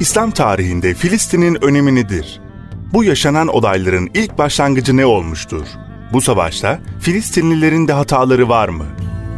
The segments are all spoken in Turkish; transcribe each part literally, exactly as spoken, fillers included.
İslam tarihinde Filistin'in önemi nedir? Bu yaşanan olayların ilk başlangıcı ne olmuştur? Bu savaşta Filistinlilerin de hataları var mı?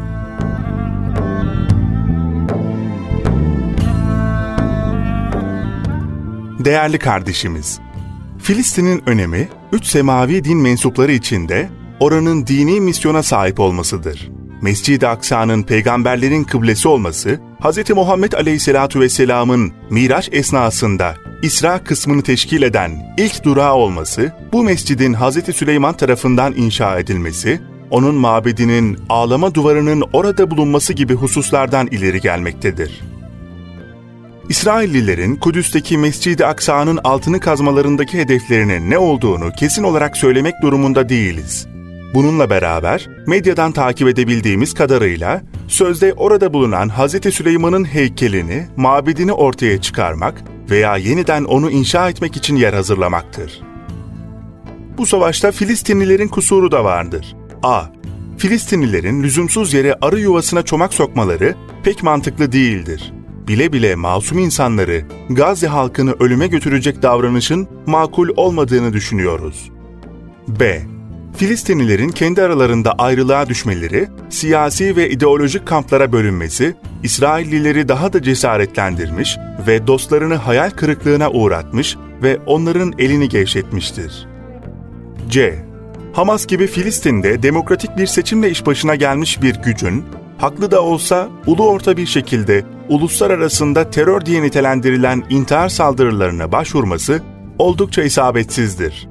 Değerli kardeşimiz, Filistin'in önemi, üç semavi din mensupları içinde oranın dini misyona sahip olmasıdır. Mescid-i Aksa'nın peygamberlerin kıblesi olması, Hz. Muhammed Aleyhisselatu Vesselam'ın Miraç esnasında İsra kısmını teşkil eden ilk durağı olması, bu mescidin Hz. Süleyman tarafından inşa edilmesi, onun mabedinin ağlama duvarının orada bulunması gibi hususlardan ileri gelmektedir. İsraillilerin Kudüs'teki Mescid-i Aksa'nın altını kazmalarındaki hedeflerinin ne olduğunu kesin olarak söylemek durumunda değiliz. Bununla beraber medyadan takip edebildiğimiz kadarıyla sözde orada bulunan Hz. Süleyman'ın heykelini, mabedini ortaya çıkarmak veya yeniden onu inşa etmek için yer hazırlamaktır. Bu savaşta Filistinlilerin kusuru da vardır. A. Filistinlilerin lüzumsuz yere arı yuvasına çomak sokmaları pek mantıklı değildir. Bile bile masum insanları, Gazze halkını ölüme götürecek davranışın makul olmadığını düşünüyoruz. B. Filistinlilerin kendi aralarında ayrılığa düşmeleri, siyasi ve ideolojik kamplara bölünmesi, İsraillileri daha da cesaretlendirmiş ve dostlarını hayal kırıklığına uğratmış ve onların elini gevşetmiştir. C. Hamas gibi Filistin'de demokratik bir seçimle iş başına gelmiş bir gücün, haklı da olsa ulu orta bir şekilde uluslararasında terör diye nitelendirilen intihar saldırılarına başvurması oldukça isabetsizdir.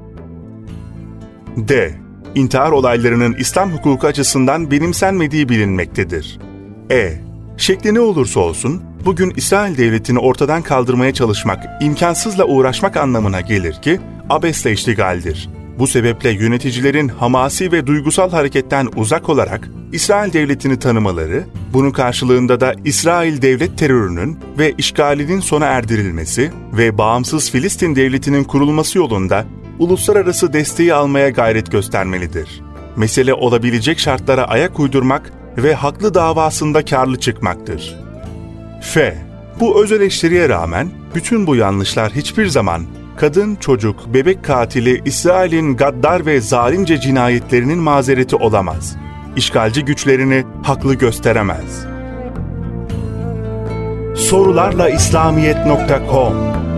D. İntihar olaylarının İslam hukuku açısından benimsenmediği bilinmektedir. E. Şekli ne olursa olsun, bugün İsrail devletini ortadan kaldırmaya çalışmak, imkansızla uğraşmak anlamına gelir ki, abesle iştigaldir. Bu sebeple yöneticilerin hamasi ve duygusal hareketten uzak olarak İsrail devletini tanımaları, bunun karşılığında da İsrail devlet terörünün ve işgalinin sona erdirilmesi ve bağımsız Filistin devletinin kurulması yolunda uluslararası desteği almaya gayret göstermelidir. Mesele olabilecek şartlara ayak uydurmak ve haklı davasında karlı çıkmaktır. F. Bu öz eleştiriye rağmen bütün bu yanlışlar hiçbir zaman kadın, çocuk, bebek katili İsrail'in gaddar ve zalimce cinayetlerinin mazereti olamaz. İşgalci güçlerini haklı gösteremez. sorularla islamiyet nokta com